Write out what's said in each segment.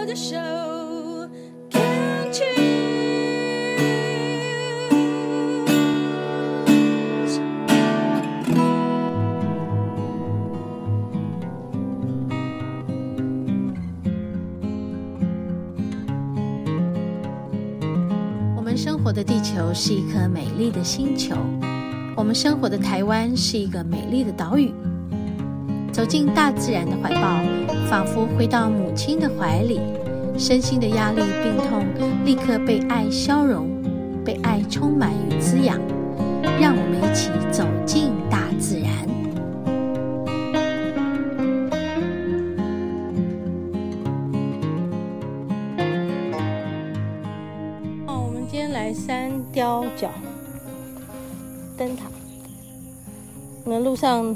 the show. Can't choose. 我们生活的地球是一颗美丽的星球，我们生活的台湾是一个美丽的岛屿。走进大自然的怀抱，仿佛回到母亲的怀里，身心的压力、病痛立刻被爱消融，被爱充满与滋养。让我们一起走进大自然。 我们今天来三雕角灯塔。那路上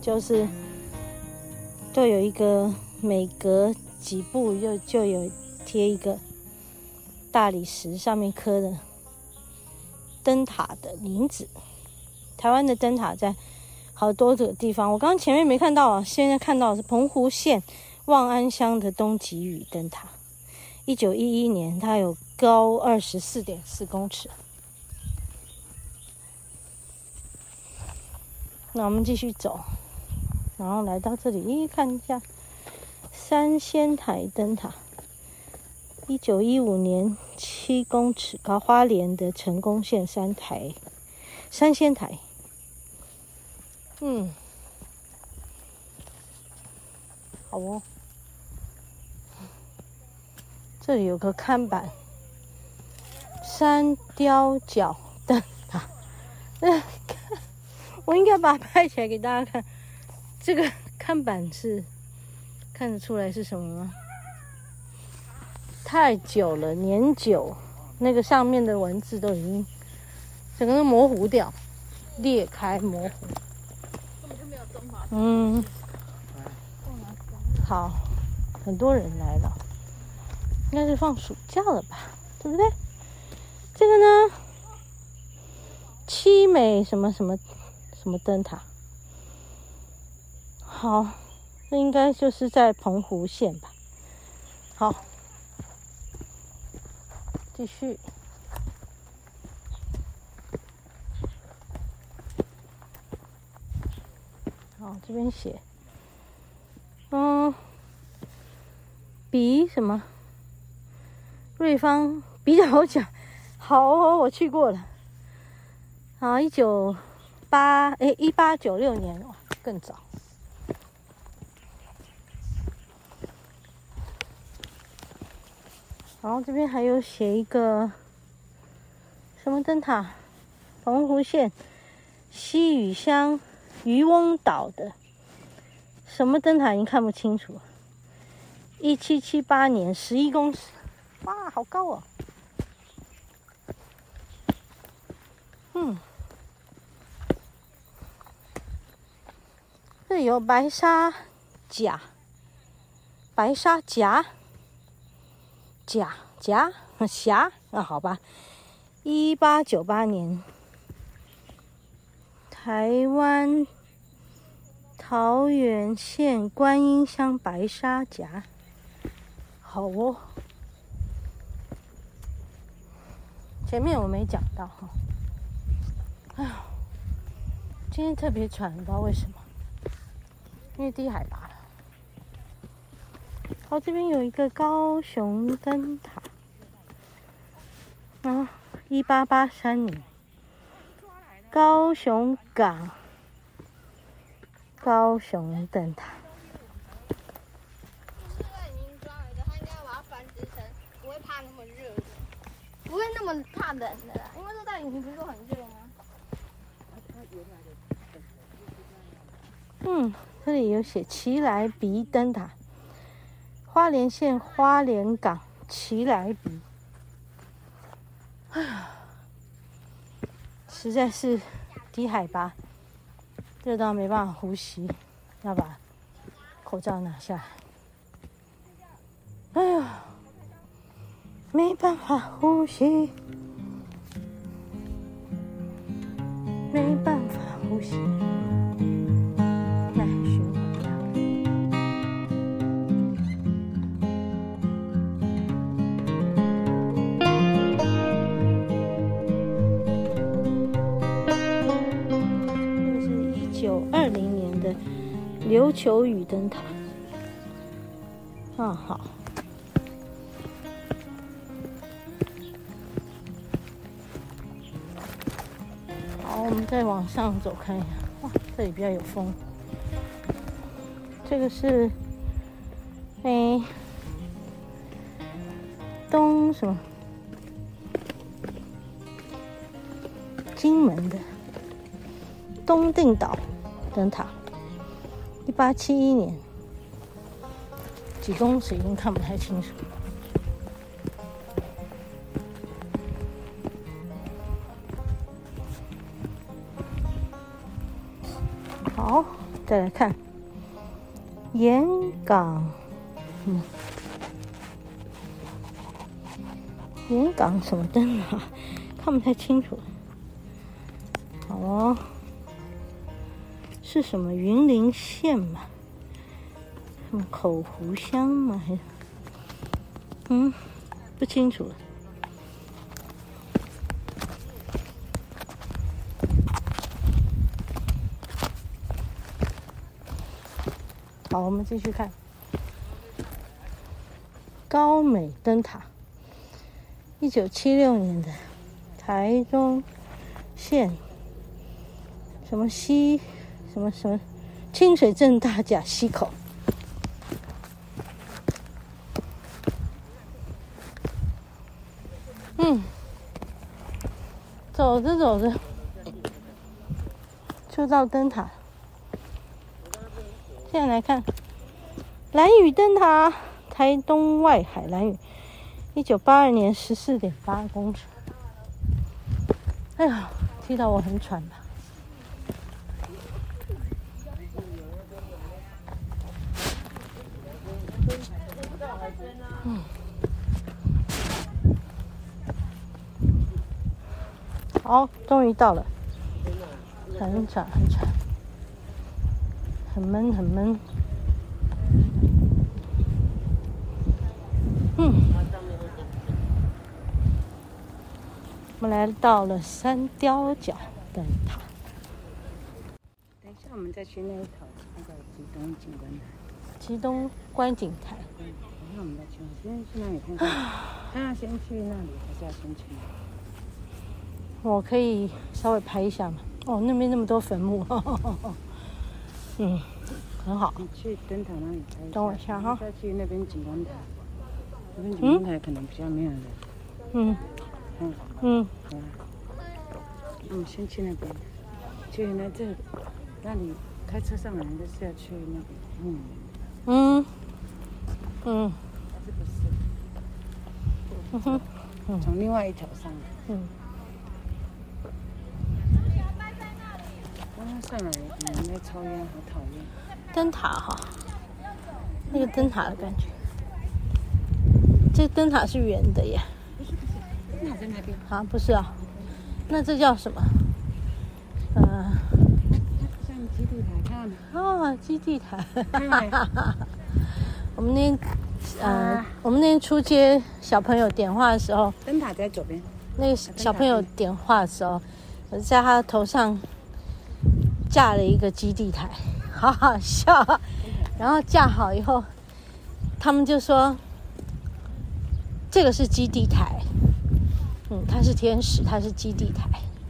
就有一个，每隔几步就有贴一个大理石，上面刻的灯塔的名字。台湾的灯塔在好多个地方，我刚刚前面没看到啊，现在看到的是澎湖县望安乡的东极屿灯塔。1911年，它有高24.4公尺。那我们继续走，然后来到这里，看一下三仙台灯塔。1915年7公尺高，花莲的成功县三仙台。好哦。这里有个看板，三雕角灯塔。我应该把它拍起来给大家看。这个看板是看得出来是什么吗？太久了，年久，那个上面的文字都已经整个都模糊掉，裂开模糊。根本就没有中华。好，很多人来了，应该是放暑假了吧，对不对？这个呢，七美什么什么什么灯塔。好，这应该就是在澎湖县吧。好，继续。好，这边写，比什么？瑞芳比较奖。好哦，我去过了。好，1896年，哇，更早。然后这边还有写一个什么灯塔，澎湖县西屿乡渔翁岛的什么灯塔，已经看不清楚了。1778年11公尺，哇，好高哦。这里有白沙岬，峡啊，好吧。1898年，台湾桃园县观音乡白沙岬。好哦，前面我没讲到哈。哎呀，今天特别喘，不知道为什么，因为低海拔了。好，这边有一个高雄灯塔。1883年，高雄港高雄灯塔。 现在已经抓来的，他应该把它繁殖成不会怕那么热的，不会那么怕冷的啦，因为热带雨林不是都很热吗？ 这里有写奇来鼻灯塔，花莲县花莲港奇来鼻。实在是低海拔，热到没办法呼吸，要把口罩拿下来。哎呀，没办法呼吸，没办法呼吸。来，循环。 琉球屿灯塔。好。好，我们再往上走看一下。哇，这里比较有风。这个是，东什么？金门的东定岛灯塔，1871年，几公尺已经看不太清楚。好，再来看盐港，盐港什么灯啊？看不太清楚。好哦，是什么云林县嘛？什么口湖乡嘛？还是不清楚了。好，我们继续看高美灯塔，1976年的台中县什么溪什么清水镇大甲溪口。走着走着就到灯塔。现在来看兰屿灯塔，台东外海兰屿，1982年14.8公尺。哎呀，踢到我很喘吧。好，终于到了，很喘，很闷。我们来到了三貂角灯塔。 等一下，我们再去那一头那个吉东景观台。 吉东观景台。 那我们再去，先去那里看看。他要先去那里，还是要先去那里？ 我可以稍微拍一下嘛。哦，那边那么多坟墓。很好。 你去灯塔那里拍一下。 等我一下哈。 再去那边景观台，那边景观台可能比较没有人。我们先去那边，去那里开车上来就是要去那边。还是不是？从另外一条上来。刚刚上来有人在抽烟，好讨厌。 灯塔哈，那个灯塔的感觉。这灯塔是圆的耶。 不是，灯塔在那边。 啊，不是啊，那这叫什么？ 像基地台，看哦，基地台。我们那天出街小朋友点画的时候， 灯塔在左边。 那个小朋友点画的时候，我在他头上架了一个基地台，好好笑啊。然后架好以后，他们就说这个是基地台，它是天使，它是基地台。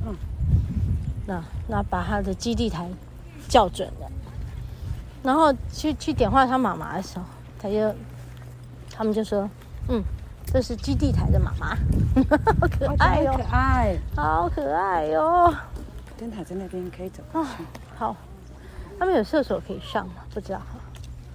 那把他的基地台校准了，然后去点画他妈妈的时候，他们就说，这是基地台的妈妈，好可爱哟，好可爱哟。 灯塔在那边可以走。 好，他们有厕所可以上吗？不知道哈，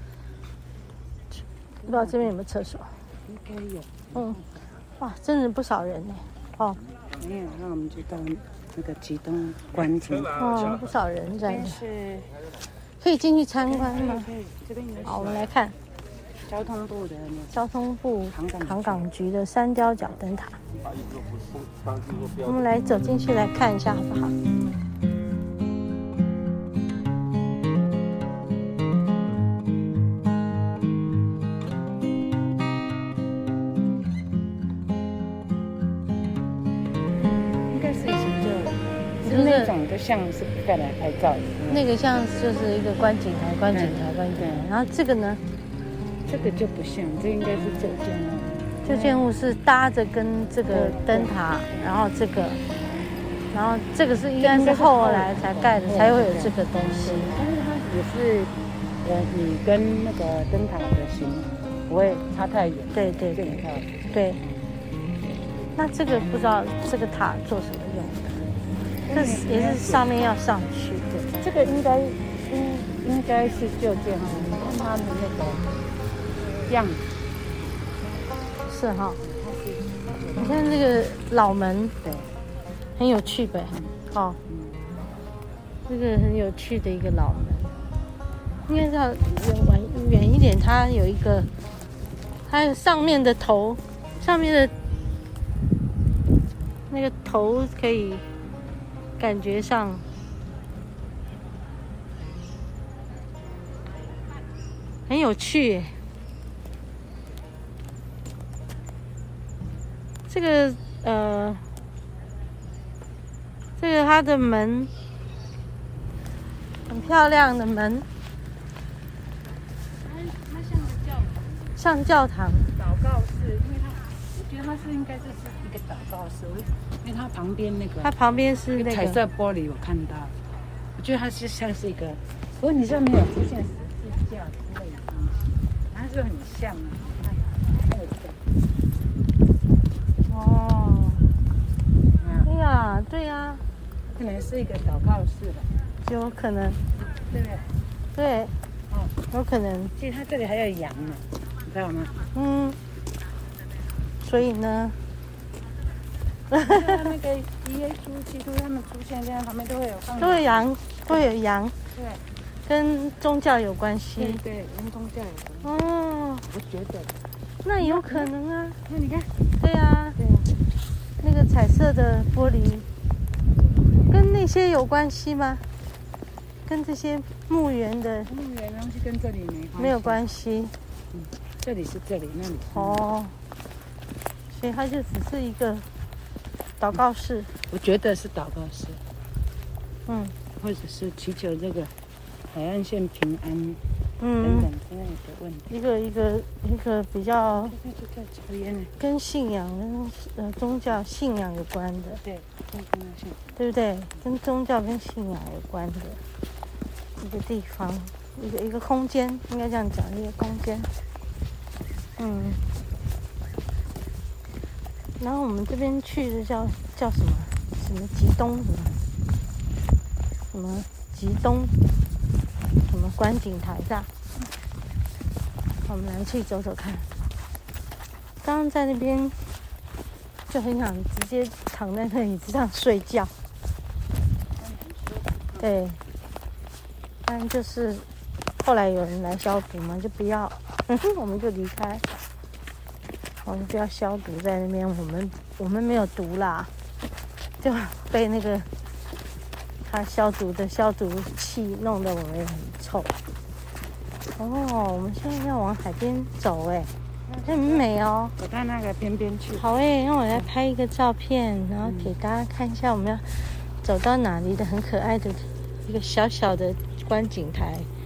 不知道这边有没有厕所？ 应该有。 哇，真的不少人呢。 没有，那我们就到那个吉东观景。 不少人在那。 是可以进去参观吗？ 可以，这边有。 好，我们来看交通部航港局的三貂角灯塔。我们来走进去来看一下好不好？应该是以前就那那种就像是盖来拍照的。 那个像就是一个观景台，观景台，观景台。然后这个呢？ 这个就不像，这应该是旧建物。 旧建物是搭着跟这个灯塔，然后这个应该是后来才盖的，才会有这个东西。 但是它也是，你跟那个灯塔的形不会差太远。对。 对。那这个不知道这个塔做什么用的？这也是上面要上去。 对，这个应该是旧建物，你看它的那个样子。 是哈。你看这个老门， 对， 很有趣呗。哦，这个很有趣的一个老门，应该是要远一点。它有一个，它上面的头，上面的那个头可以感觉上很有趣耶。这个它的门很漂亮的门， 它像个教堂， 像教堂。 祷告室，因为我觉得它应该就是一个祷告室，因为它旁边那个， 它旁边是那个彩色玻璃，我看到，我觉得它是像是一个，不过你上面有出现十字架之类的东西，它就很像啊，看， 哦，哎呀，对呀， 可能是一个祷告室吧， 有可能， 对不对？ 对， 哦， 有可能。 其实它这里还有羊呢，你知道吗？ 所以呢， 那个耶稣基督他们出现，这样旁边都会有放， 都有羊， 对， 跟宗教有关系。 对，跟宗教有关系。 哦， 我觉得， 那有可能啊。 那你看， 对啊， 对， 那个彩色的玻璃，跟那些有关系吗？跟这些墓园的墓园东西跟这里没有关系。 这里是这里，那里是哦，所以它就只是一个祷告室。 我觉得是祷告室，或者是祈求这个海岸线平安等等之类的问题。 一个比较在抽烟呢， 跟信仰跟宗教信仰有关的， 对，跟宗教信， 对不对？跟宗教跟信仰有关的一个地方，一个空间，应该这样讲，一个空间。然后我们这边去的叫什么吉东什么吉东什么观景台上，我们来去走走看。刚刚在那边就很想直接躺在那椅子上睡觉，对，但就是后来有人来消毒嘛，就不要，我们就离开。我们不要消毒在那边，我们没有毒啦，就被那个他消毒的消毒器弄得我们也很臭。哦，我们现在要往海边走哎，很美哦。 走到那个边边去。 好哎，让我来拍一个照片，然后给大家看一下我们要走到哪里的很可爱的一个小小的观景台。